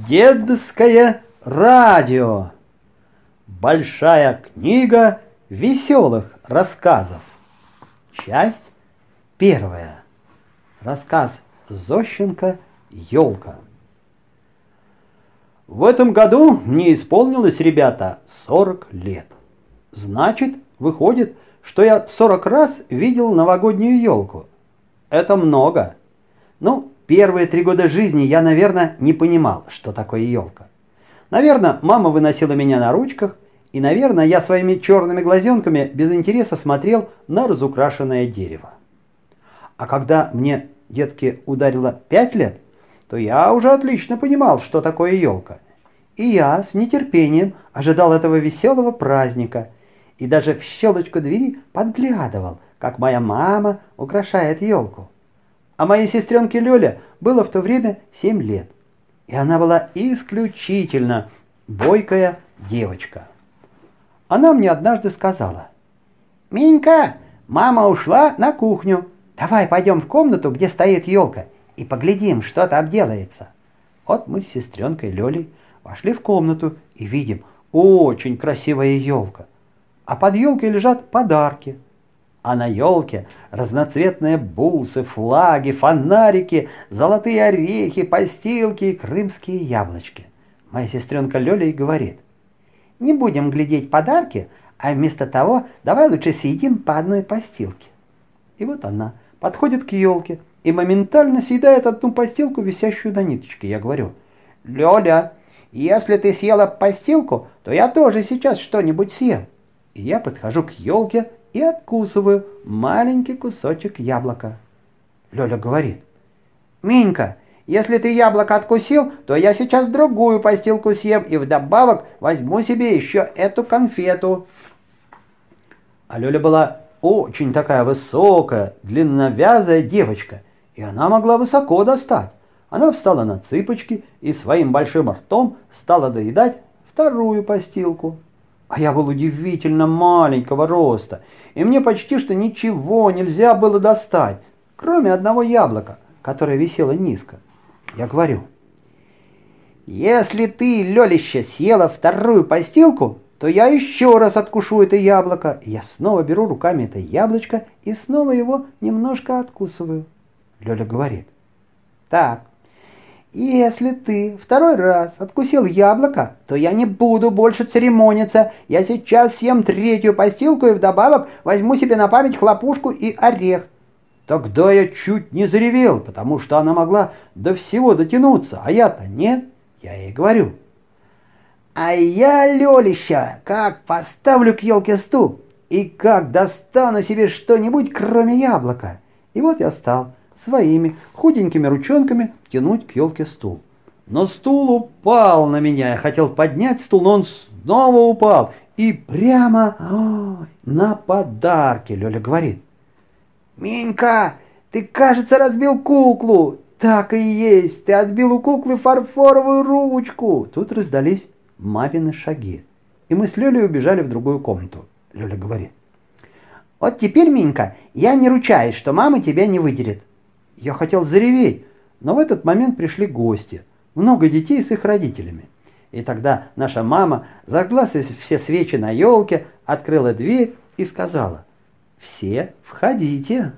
Детское радио. Большая книга веселых рассказов. Часть первая. Рассказ Зощенко «Елка». В этом году мне исполнилось, ребята, 40 лет. Значит, выходит, что я 40 раз видел новогоднюю елку. Это много. Ну, первые 3 года жизни я, наверное, не понимал, что такое елка. Наверное, мама выносила меня на ручках, и, наверное, я своими черными глазенками без интереса смотрел на разукрашенное дерево. А когда мне, детки, ударило 5 лет, то я уже отлично понимал, что такое елка. И я с нетерпением ожидал этого веселого праздника, и даже в щелочку двери подглядывал, как моя мама украшает елку. А моей сестренке Лёле было в то время 7 лет, и она была исключительно бойкая девочка. Она мне однажды сказала: «Минька, мама ушла на кухню. Давай пойдем в комнату, где стоит елка, и поглядим, что там делается». Вот мы с сестренкой Лёлей вошли в комнату и видим: очень красивая елка. А под елкой лежат подарки. А на елке разноцветные бусы, флаги, фонарики, золотые орехи, постилки и крымские яблочки. Моя сестренка Лёля и говорит: «Не будем глядеть подарки, а вместо того давай лучше съедим по одной постилке». И вот она подходит к елке и моментально съедает одну постилку, висящую на ниточке. Я говорю: «Лёля, если ты съела постилку, то я тоже сейчас что-нибудь съем». И я подхожу к елке и откусываю маленький кусочек яблока. Лёля говорит: «Минька, если ты яблоко откусил, то я сейчас другую постилку съем и вдобавок возьму себе еще эту конфету». А Лёля была очень такая высокая, длинновязая девочка, и она могла высоко достать. Она встала на цыпочки и своим большим ртом стала доедать вторую постилку. А я был удивительно маленького роста, и мне почти что ничего нельзя было достать, кроме одного яблока, которое висело низко. Я говорю: «Если ты, Лёлища, съела вторую постилку, то я еще раз откушу это яблоко». И я снова беру руками это яблочко и снова его немножко откусываю. Лёля говорит: «Так, если ты второй раз откусил яблоко, то я не буду больше церемониться. Я сейчас съем третью постилку и вдобавок возьму себе на память хлопушку и орех». Тогда я чуть не заревел, потому что она могла до всего дотянуться, а я-то нет. Я ей говорю: «А я, Лёлища, как поставлю к елке стул и как достану себе что-нибудь, кроме яблока». И вот я стал своими худенькими ручонками тянуть к елке стул. Но стул упал на меня. Я хотел поднять стул, но он снова упал. И прямо на подарки. Лёля говорит: «Минька, ты, кажется, разбил куклу». «Так и есть, ты отбил у куклы фарфоровую ручку». Тут раздались мамины шаги, и мы с Лёлей убежали в другую комнату. Лёля говорит: «Вот теперь, Минька, я не ручаюсь, что мама тебя не выдерет». Я хотел зареветь, но в этот момент пришли гости, много детей с их родителями. И тогда наша мама зажгла все свечи на елке, открыла дверь и сказала: «Все входите».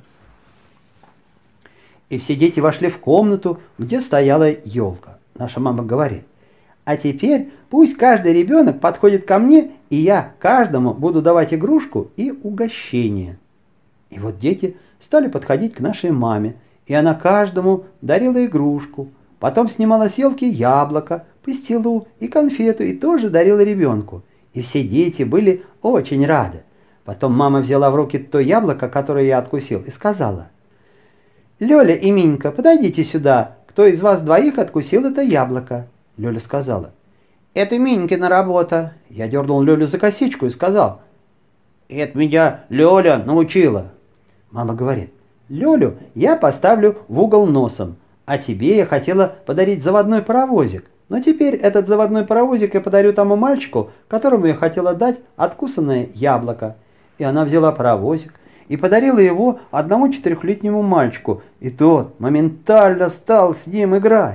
И все дети вошли в комнату, где стояла елка. Наша мама говорит: «А теперь пусть каждый ребенок подходит ко мне, и я каждому буду давать игрушку и угощение». И вот дети стали подходить к нашей маме, и она каждому дарила игрушку. Потом снимала с елки яблоко, пастилу и конфету и тоже дарила ребенку. И все дети были очень рады. Потом мама взяла в руки то яблоко, которое я откусил, и сказала: «Лёля и Минька, подойдите сюда. Кто из вас двоих откусил это яблоко?» Лёля сказала: «Это Минькина работа». Я дернул Лёлю за косичку и сказал: «Это меня Лёля научила». Мама говорит: «Лёлю я поставлю в угол носом, а тебе я хотела подарить заводной паровозик. Но теперь этот заводной паровозик я подарю тому мальчику, которому я хотела дать откусанное яблоко». И она взяла паровозик и подарила его одному 4-летнему мальчику, и тот моментально стал с ним играть.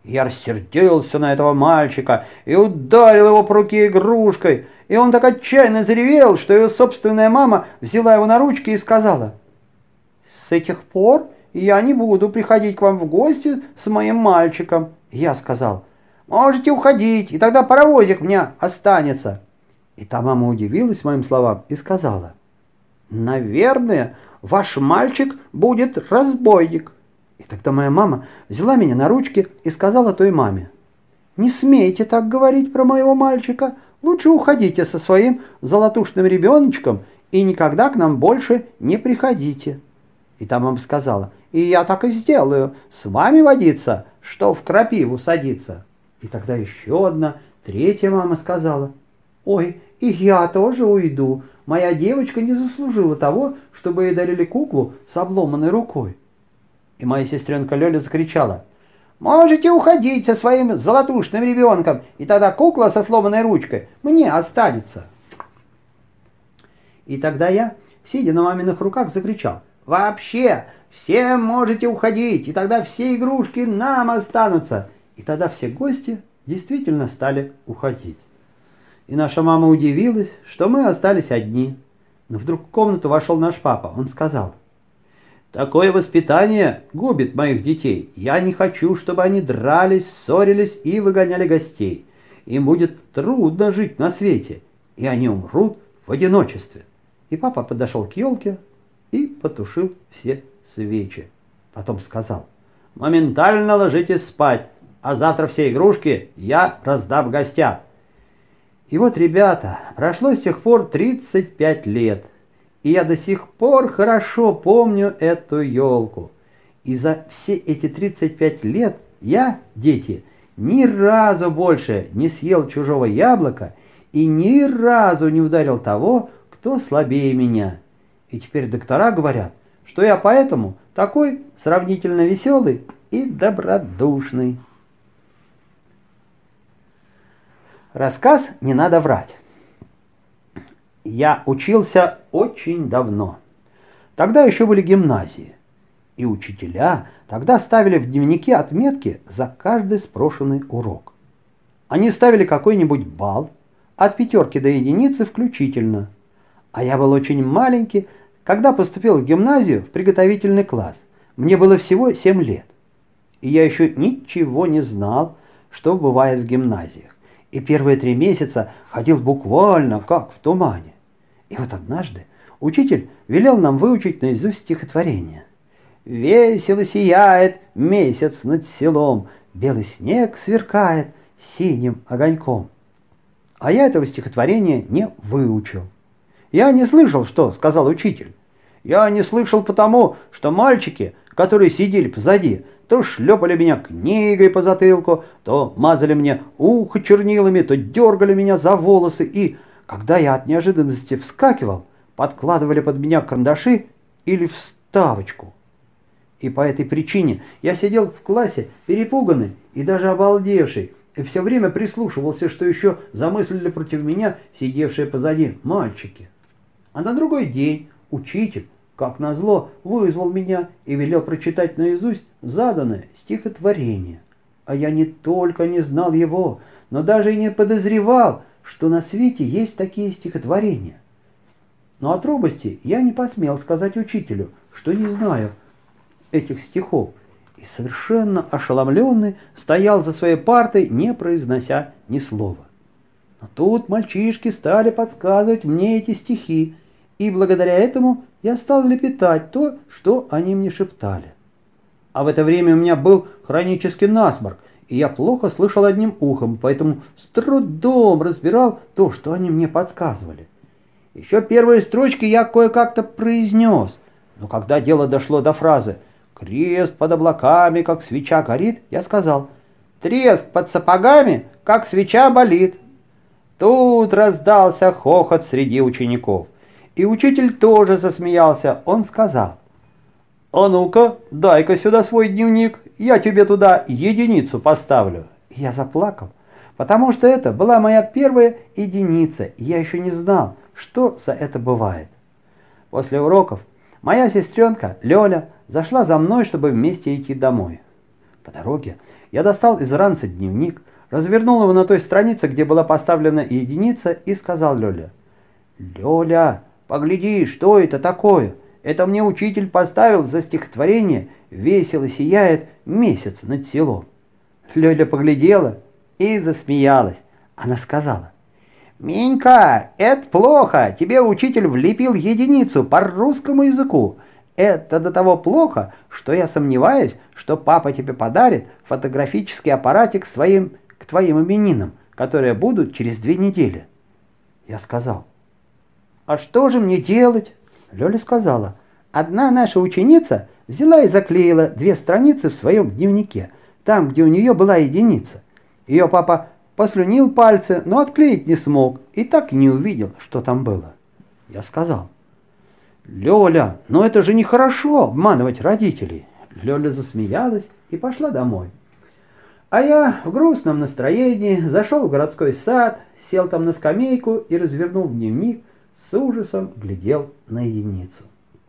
Я рассердился на этого мальчика и ударил его по руке игрушкой, и он так отчаянно заревел, что его собственная мама взяла его на ручки и сказала: «С этих пор я не буду приходить к вам в гости с моим мальчиком». Я сказал: «Можете уходить, и тогда паровозик мне останется». И та мама удивилась моим словам и сказала: «Наверное, ваш мальчик будет разбойник». И тогда моя мама взяла меня на ручки и сказала той маме: «Не смейте так говорить про моего мальчика, лучше уходите со своим золотушным ребеночком и никогда к нам больше не приходите». И та мама сказала: «И я так и сделаю, с вами водиться, что в крапиву садиться». И тогда еще одна, третья мама сказала: «Ой, и я тоже уйду, моя девочка не заслужила того, чтобы ей дарили куклу с обломанной рукой». И моя сестренка Лёля закричала: «Можете уходить со своим золотушным ребенком, и тогда кукла со сломанной ручкой мне останется». И тогда я, сидя на маминых руках, закричал: «Вообще, все можете уходить, и тогда все игрушки нам останутся». И тогда все гости действительно стали уходить. И наша мама удивилась, что мы остались одни. Но вдруг в комнату вошел наш папа. Он сказал: «Такое воспитание губит моих детей. Я не хочу, чтобы они дрались, ссорились и выгоняли гостей. Им будет трудно жить на свете, и они умрут в одиночестве». И папа подошел к елке и потушил все свечи. Потом сказал: «Моментально ложитесь спать, а завтра все игрушки я раздам гостям». И вот, ребята, прошло с тех пор 35 лет. И я до сих пор хорошо помню эту елку. И за все эти 35 лет я, дети, ни разу больше не съел чужого яблока и ни разу не ударил того, кто слабее меня. И теперь доктора говорят, что я поэтому такой сравнительно веселый и добродушный. Рассказ «Не надо врать». Я учился очень давно. Тогда еще были гимназии. И учителя тогда ставили в дневнике отметки за каждый спрошенный урок. Они ставили какой-нибудь балл, от 5 до 1 включительно. А я был очень маленький, когда поступил в гимназию в приготовительный класс. Мне было всего 7 лет. И я еще ничего не знал, что бывает в гимназиях. И первые 3 месяца ходил буквально как в тумане. И вот однажды учитель велел нам выучить наизусть стихотворение. «Весело сияет месяц над селом, белый снег сверкает синим огоньком». А я этого стихотворения не выучил. Я не слышал, что сказал учитель. Я не слышал потому, что мальчики, которые сидели позади, то шлепали меня книгой по затылку, то мазали мне ухо чернилами, то дергали меня за волосы, и, когда я от неожиданности вскакивал, подкладывали под меня карандаши или вставочку. И по этой причине я сидел в классе перепуганный и даже обалдевший, и все время прислушивался, что еще замыслили против меня сидевшие позади мальчики. А на другой день учитель, как назло, вызвал меня и велел прочитать наизусть заданное стихотворение. А я не только не знал его, но даже и не подозревал, что на свете есть такие стихотворения. Но от робости я не посмел сказать учителю, что не знаю этих стихов, и совершенно ошеломленный стоял за своей партой, не произнося ни слова. Но тут мальчишки стали подсказывать мне эти стихи, и благодаря этому я стал лепетать то, что они мне шептали. А в это время у меня был хронический насморк, и я плохо слышал одним ухом, поэтому с трудом разбирал то, что они мне подсказывали. Еще первые строчки я кое-как-то произнес, но когда дело дошло до фразы «Крест под облаками, как свеча горит», я сказал «Треск под сапогами, как свеча болит». Тут раздался хохот среди учеников. И учитель тоже засмеялся. Он сказал: «А ну-ка, дай-ка сюда свой дневник, я тебе туда 1 поставлю». И я заплакал, потому что это была моя первая 1, и я еще не знал, что за это бывает. После уроков моя сестренка Лёля зашла за мной, чтобы вместе идти домой. По дороге Я достал из ранца дневник, развернул его на той странице, где была поставлена единица, и сказал Лёле: «Лёля, погляди, что это такое? Это мне учитель поставил за стихотворение «Весело сияет месяц над селом». Лёля поглядела и засмеялась. Она сказала: «Минька, это плохо, тебе учитель влепил единицу по русскому языку. Это до того плохо, что я сомневаюсь, что папа тебе подарит фотографический аппаратик к твоим именинам, которые будут через 2 недели». Я сказал: «А что же мне делать?» Лёля сказала: «Одна наша ученица взяла и заклеила 2 страницы в своем дневнике, там, где у нее была единица. Ее папа послюнил пальцы, но отклеить не смог и так и не увидел, что там было». Я сказал: «Лёля, но это же нехорошо обманывать родителей». Лёля засмеялась и пошла домой. А я в грустном настроении зашел в городской сад, сел там на скамейку и, развернув дневник, с ужасом глядел на единицу.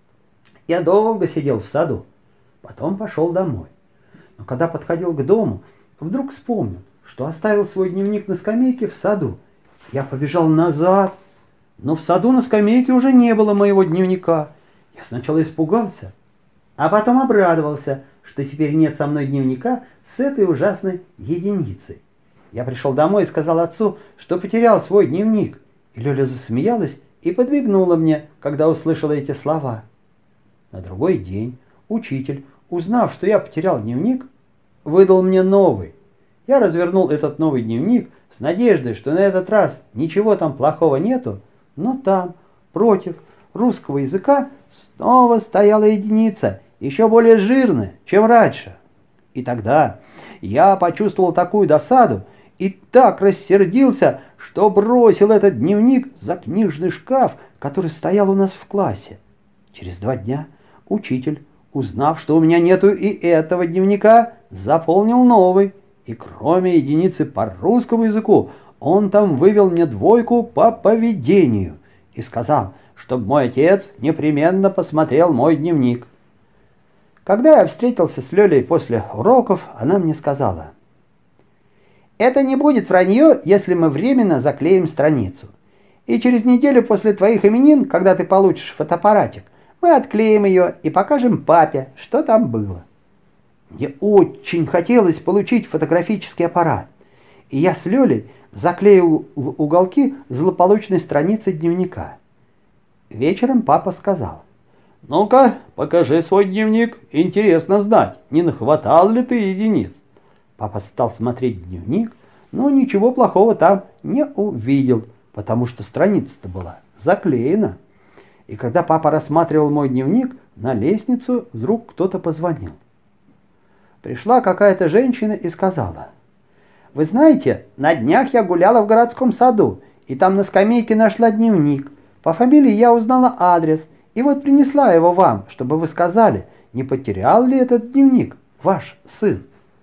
Я долго сидел в саду, потом пошел домой. Но когда подходил к дому, вдруг вспомнил, что оставил свой дневник на скамейке в саду. Я побежал назад, но в саду на скамейке уже не было моего дневника. Я сначала испугался, а потом обрадовался, что теперь нет со мной дневника с этой ужасной единицей. Я пришел домой и сказал отцу, что потерял свой дневник. И Лёля засмеялась и подмигнула мне, когда услышала эти слова. На другой день учитель, узнав, что я потерял дневник, выдал мне новый. Я развернул этот новый дневник с надеждой, что на этот раз ничего там плохого нету, но там, против русского языка, снова стояла единица, еще более жирная, чем раньше. И тогда я почувствовал такую досаду и так рассердился, что бросил этот дневник за книжный шкаф, который стоял у нас в классе. Через 2 дня учитель, узнав, что у меня нету и этого дневника, заполнил новый. И кроме единицы по русскому языку, он там вывел мне 2 по поведению и сказал, чтобы мой отец непременно посмотрел мой дневник. Когда я встретился с Лёлей после уроков, она мне сказала: «Это не будет вранье, если мы временно заклеим страницу. И через неделю после твоих именин, когда ты получишь фотоаппаратик, мы отклеим ее и покажем папе, что там было». Мне очень хотелось получить фотографический аппарат, и я с Лёлей заклеил уголки злополучной страницы дневника. Вечером папа сказал: «Ну-ка, покажи свой дневник, интересно знать, не нахватал ли ты единиц». Папа стал смотреть дневник, но ничего плохого там не увидел, потому что страница-то была заклеена. И когда папа рассматривал мой дневник, на лестницу вдруг кто-то позвонил. Пришла какая-то женщина и сказала: «Вы знаете, на днях я гуляла в городском саду, и там на скамейке нашла дневник. По фамилии я узнала адрес, и вот принесла его вам, чтобы вы сказали, не потерял ли этот дневник ваш сын».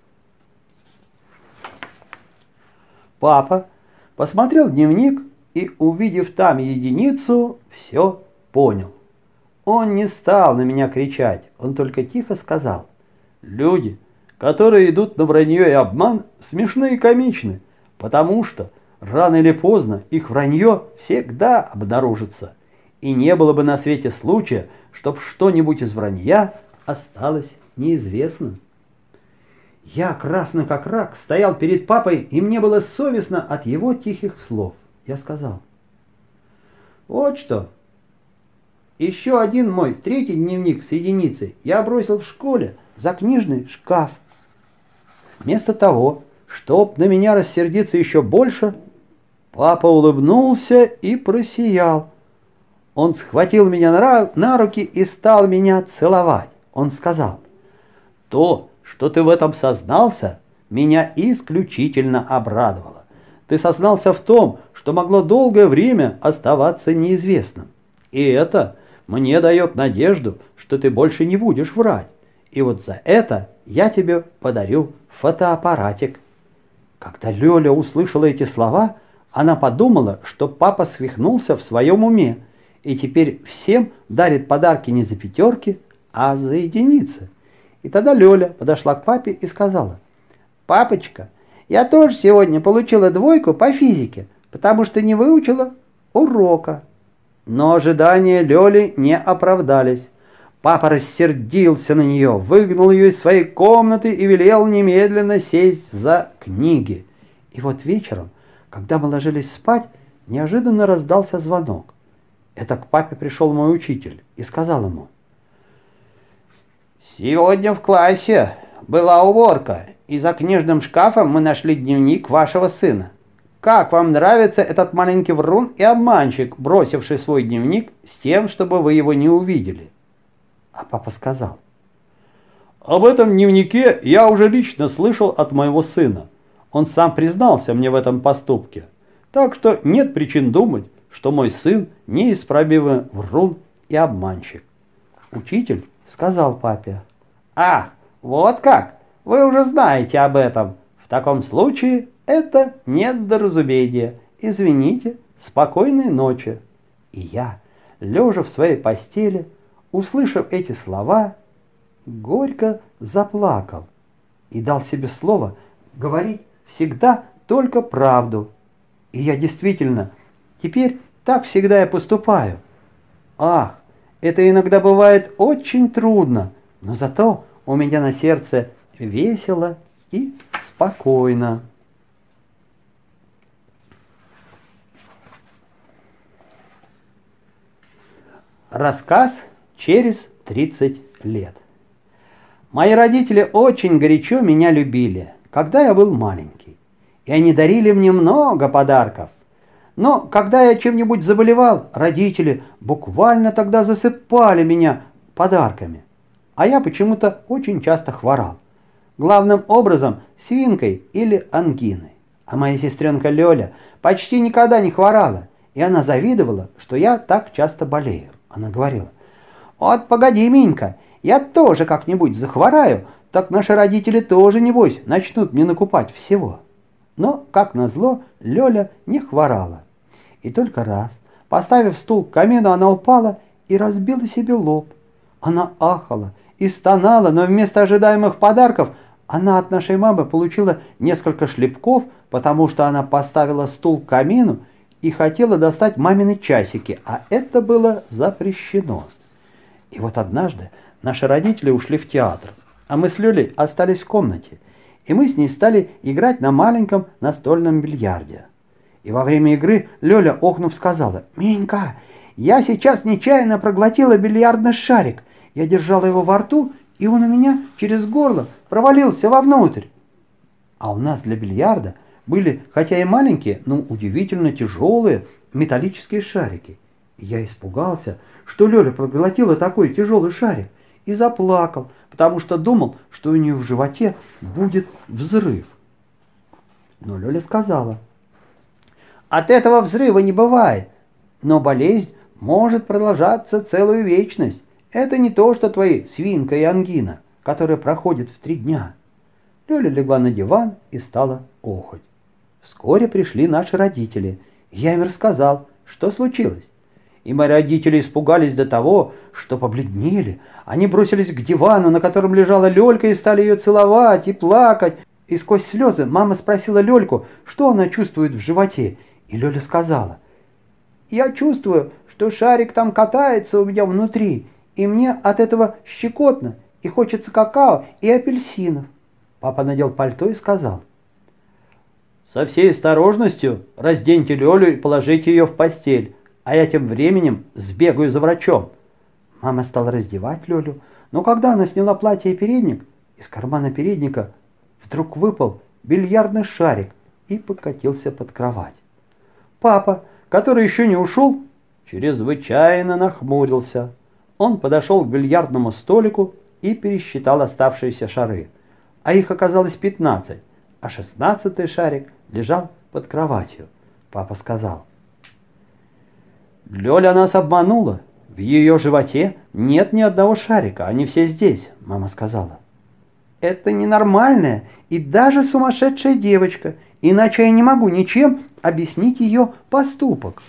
Папа посмотрел дневник и, увидев там единицу, все понял. Он не стал на меня кричать, он только тихо сказал: «Люди, которые идут на вранье и обман, смешны и комичны, потому что рано или поздно их вранье всегда обнаружится, и не было бы на свете случая, чтоб что-нибудь из вранья осталось неизвестным». Я, красный как рак, стоял перед папой, и мне было совестно от его тихих слов. Я сказал: «Вот что. Еще один мой 3-й дневник с единицей я бросил в школе за книжный шкаф. Вместо того, чтоб на меня рассердиться еще больше, папа улыбнулся и просиял. Он схватил меня на руки и стал меня целовать. Он сказал: «То, что ты в этом сознался, меня исключительно обрадовало. Ты сознался в том, что могло долгое время оставаться неизвестным. И это мне дает надежду, что ты больше не будешь врать. И вот за это я тебе подарю фотоаппаратик». Когда Лёля услышала эти слова, она подумала, что папа свихнулся в своем уме и теперь всем дарит подарки не за 5, а за единицы. И тогда Лёля подошла к папе и сказала: «Папочка, я тоже сегодня получила двойку по физике, потому что не выучила урока». Но ожидания Лёли не оправдались. Папа рассердился на нее, выгнал ее из своей комнаты и велел немедленно сесть за книги. И вот вечером, когда мы ложились спать, неожиданно раздался звонок. Это к папе пришел мой учитель и сказал ему: «Сегодня в классе была уборка, и за книжным шкафом мы нашли дневник вашего сына. Как вам нравится этот маленький врун и обманщик, бросивший свой дневник с тем, чтобы вы его не увидели?» А папа сказал: «Об этом дневнике я уже лично слышал от моего сына. Он сам признался мне в этом поступке. Так что нет причин думать, что мой сын неисправимый врун и обманщик». Учитель сказал папе: «Ах, вот как! Вы уже знаете об этом. В таком случае это недоразумение. Извините, спокойной ночи». И я, лежа в своей постели, услышав эти слова, горько заплакал и дал себе слово говорить всегда только правду. И я действительно теперь так всегда и поступаю. Ах, это иногда бывает очень трудно, но зато у меня на сердце весело и спокойно. Рассказ через 30 лет. Мои родители очень горячо меня любили, когда я был маленький, и они дарили мне много подарков. Но когда я чем-нибудь заболевал, родители буквально тогда засыпали меня подарками, а я почему-то очень часто хворал. Главным образом свинкой или ангиной. А моя сестренка Лёля почти никогда не хворала, и она завидовала, что я так часто болею. Она говорила: «Вот погоди, Минька, я тоже как-нибудь захвораю, так наши родители тоже, небось, начнут мне накупать всего». Но, как назло, Лёля не хворала. И только раз, поставив стул к камину, она упала и разбила себе лоб. Она ахала и стонала, но вместо ожидаемых подарков она от нашей мамы получила несколько шлепков, потому что она поставила стул к камину и хотела достать мамины часики, а это было запрещено. И вот однажды наши родители ушли в театр, а мы с Лёлей остались в комнате, и мы с ней стали играть на маленьком настольном бильярде. И во время игры Лёля, охнув, сказала: «Минька, я сейчас нечаянно проглотила бильярдный шарик. Я держала его во рту, и он у меня через горло провалился вовнутрь». А у нас для бильярда были, хотя и маленькие, но удивительно тяжелые металлические шарики. И я испугался, что Лёля проглотила такой тяжелый шарик, и заплакал, потому что думал, что у нее в животе будет взрыв. Но Лёля сказала: «От этого взрыва не бывает, но болезнь может продолжаться целую вечность. Это не то, что твои свинка и ангина, которые проходят в 3 дня». Лёля легла на диван и стала охоть. Вскоре пришли наши родители. Я им рассказал, что случилось. И мои родители испугались до того, что побледнели. Они бросились к дивану, на котором лежала Лёлька, и стали ее целовать и плакать. И сквозь слезы мама спросила Лёльку, что она чувствует в животе. И Лёля сказала: «Я чувствую, что шарик там катается у меня внутри, и мне от этого щекотно, и хочется какао и апельсинов». Папа надел пальто и сказал: «Со всей осторожностью разденьте Лёлю и положите ее в постель, а я тем временем сбегаю за врачом». Мама стала раздевать Лёлю, но когда она сняла платье и передник, из кармана передника вдруг выпал бильярдный шарик и покатился под кровать. Папа, который еще не ушел, чрезвычайно нахмурился. Он подошел к бильярдному столику и пересчитал оставшиеся шары, а их оказалось 15, а 16-й шарик лежал под кроватью. Папа сказал: «Лёля нас обманула. В ее животе нет ни одного шарика, они все здесь», — мама сказала. «Это ненормальная и даже сумасшедшая девочка, иначе я не могу ничем объяснить ее поступок».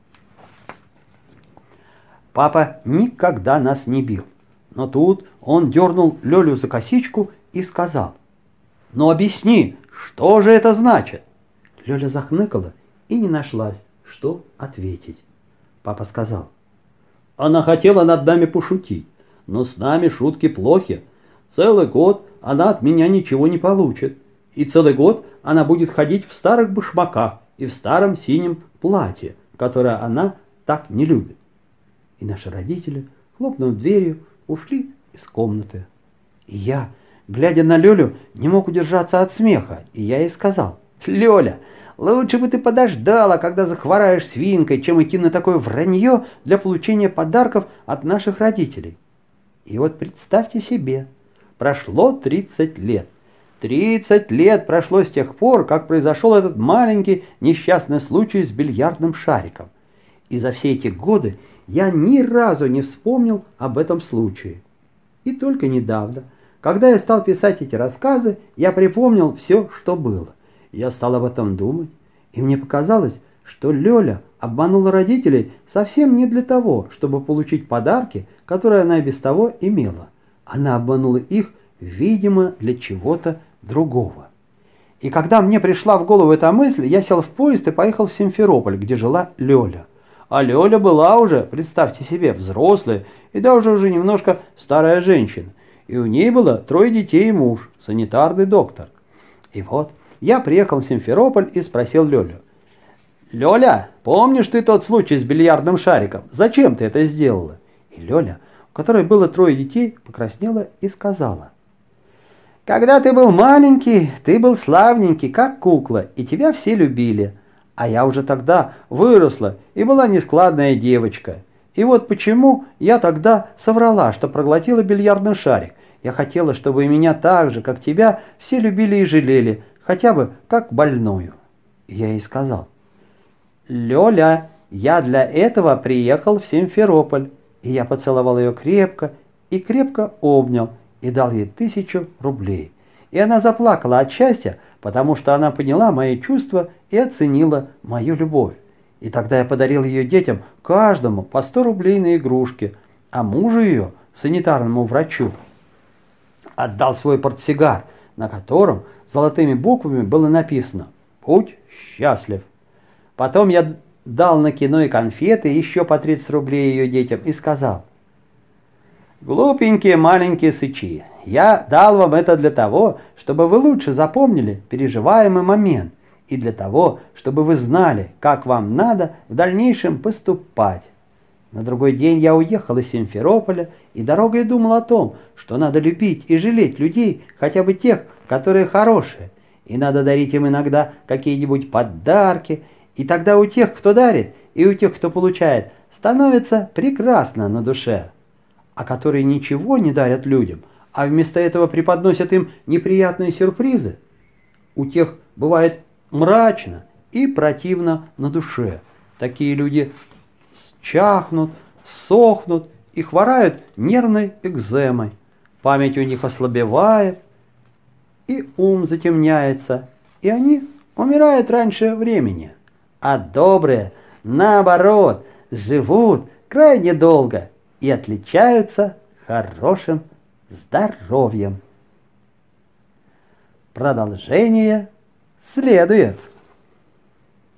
Папа никогда нас не бил, но тут он дернул Лёлю за косичку и сказал: «Ну объясни, Что же это значит?» Лёля захныкала и не нашлась, что ответить. Папа сказал: «Она хотела над нами пошутить, но с нами шутки плохи. Целый год она от меня ничего не получит. И целый год она будет ходить в старых башмаках и в старом синем платье, которое она так не любит». И наши родители, хлопнув дверью, ушли из комнаты. И я, глядя на Лёлю, не мог удержаться от смеха, и я ей сказал: «Лёля, лучше бы ты подождала, когда захвораешь свинкой, чем идти на такое вранье для получения подарков от наших родителей». И вот представьте себе, прошло 30 лет. 30 лет прошло с тех пор, как произошел этот маленький несчастный случай с бильярдным шариком. И за все эти годы я ни разу не вспомнил об этом случае. И только недавно, когда я стал писать эти рассказы, я припомнил все, что было. Я стал об этом думать, и мне показалось, что Лёля обманула родителей совсем не для того, чтобы получить подарки, которые она и без того имела. Она обманула их, видимо, для чего-то другого. И когда мне пришла в голову эта мысль, я сел в поезд и поехал в Симферополь, где жила Лёля. А Лёля была уже, представьте себе, взрослая и даже уже немножко старая женщина. И у ней было 3 детей и муж, санитарный доктор. И вот я приехал в Симферополь и спросил Лёлю: «Лёля, помнишь ты тот случай с бильярдным шариком? Зачем ты это сделала?» И Лёля, у которой было 3 детей, покраснела и сказала: «Когда ты был маленький, ты был славненький, как кукла, и тебя все любили. А я уже тогда выросла и была нескладная девочка. И вот почему я тогда соврала, что проглотила бильярдный шарик. Я хотела, чтобы и меня так же, как тебя, все любили и жалели, хотя бы как больную». И я ей сказал: «Лёля, я для этого приехал в Симферополь». И я поцеловал ее крепко и крепко обнял и дал ей 1000 рублей. И она заплакала от счастья, потому что она поняла мои чувства и оценила мою любовь. И тогда я подарил ее детям каждому по 100 рублей на игрушки, а мужу ее, санитарному врачу, отдал свой портсигар, на котором золотыми буквами было написано: «Будь счастлив». Потом я дал на кино и конфеты еще по 30 рублей ее детям и сказал: «Глупенькие маленькие сычи, я дал вам это для того, чтобы вы лучше запомнили переживаемый момент и для того, чтобы вы знали, как вам надо в дальнейшем поступать». На другой день я уехал из Симферополя и дорогой думал о том, что надо любить и жалеть людей, хотя бы тех, которые хорошие, и надо дарить им иногда какие-нибудь подарки, и тогда у тех, кто дарит, и у тех, кто получает, становится прекрасно на душе. А которые ничего не дарят людям, а вместо этого преподносят им неприятные сюрпризы, у тех бывает мрачно и противно на душе. Такие люди чахнут, сохнут и хворают нервной экземой. Память у них ослабевает, и ум затемняется, и они умирают раньше времени. А добрые, наоборот, живут крайне долго и отличаются хорошим здоровьем. Продолжение следует.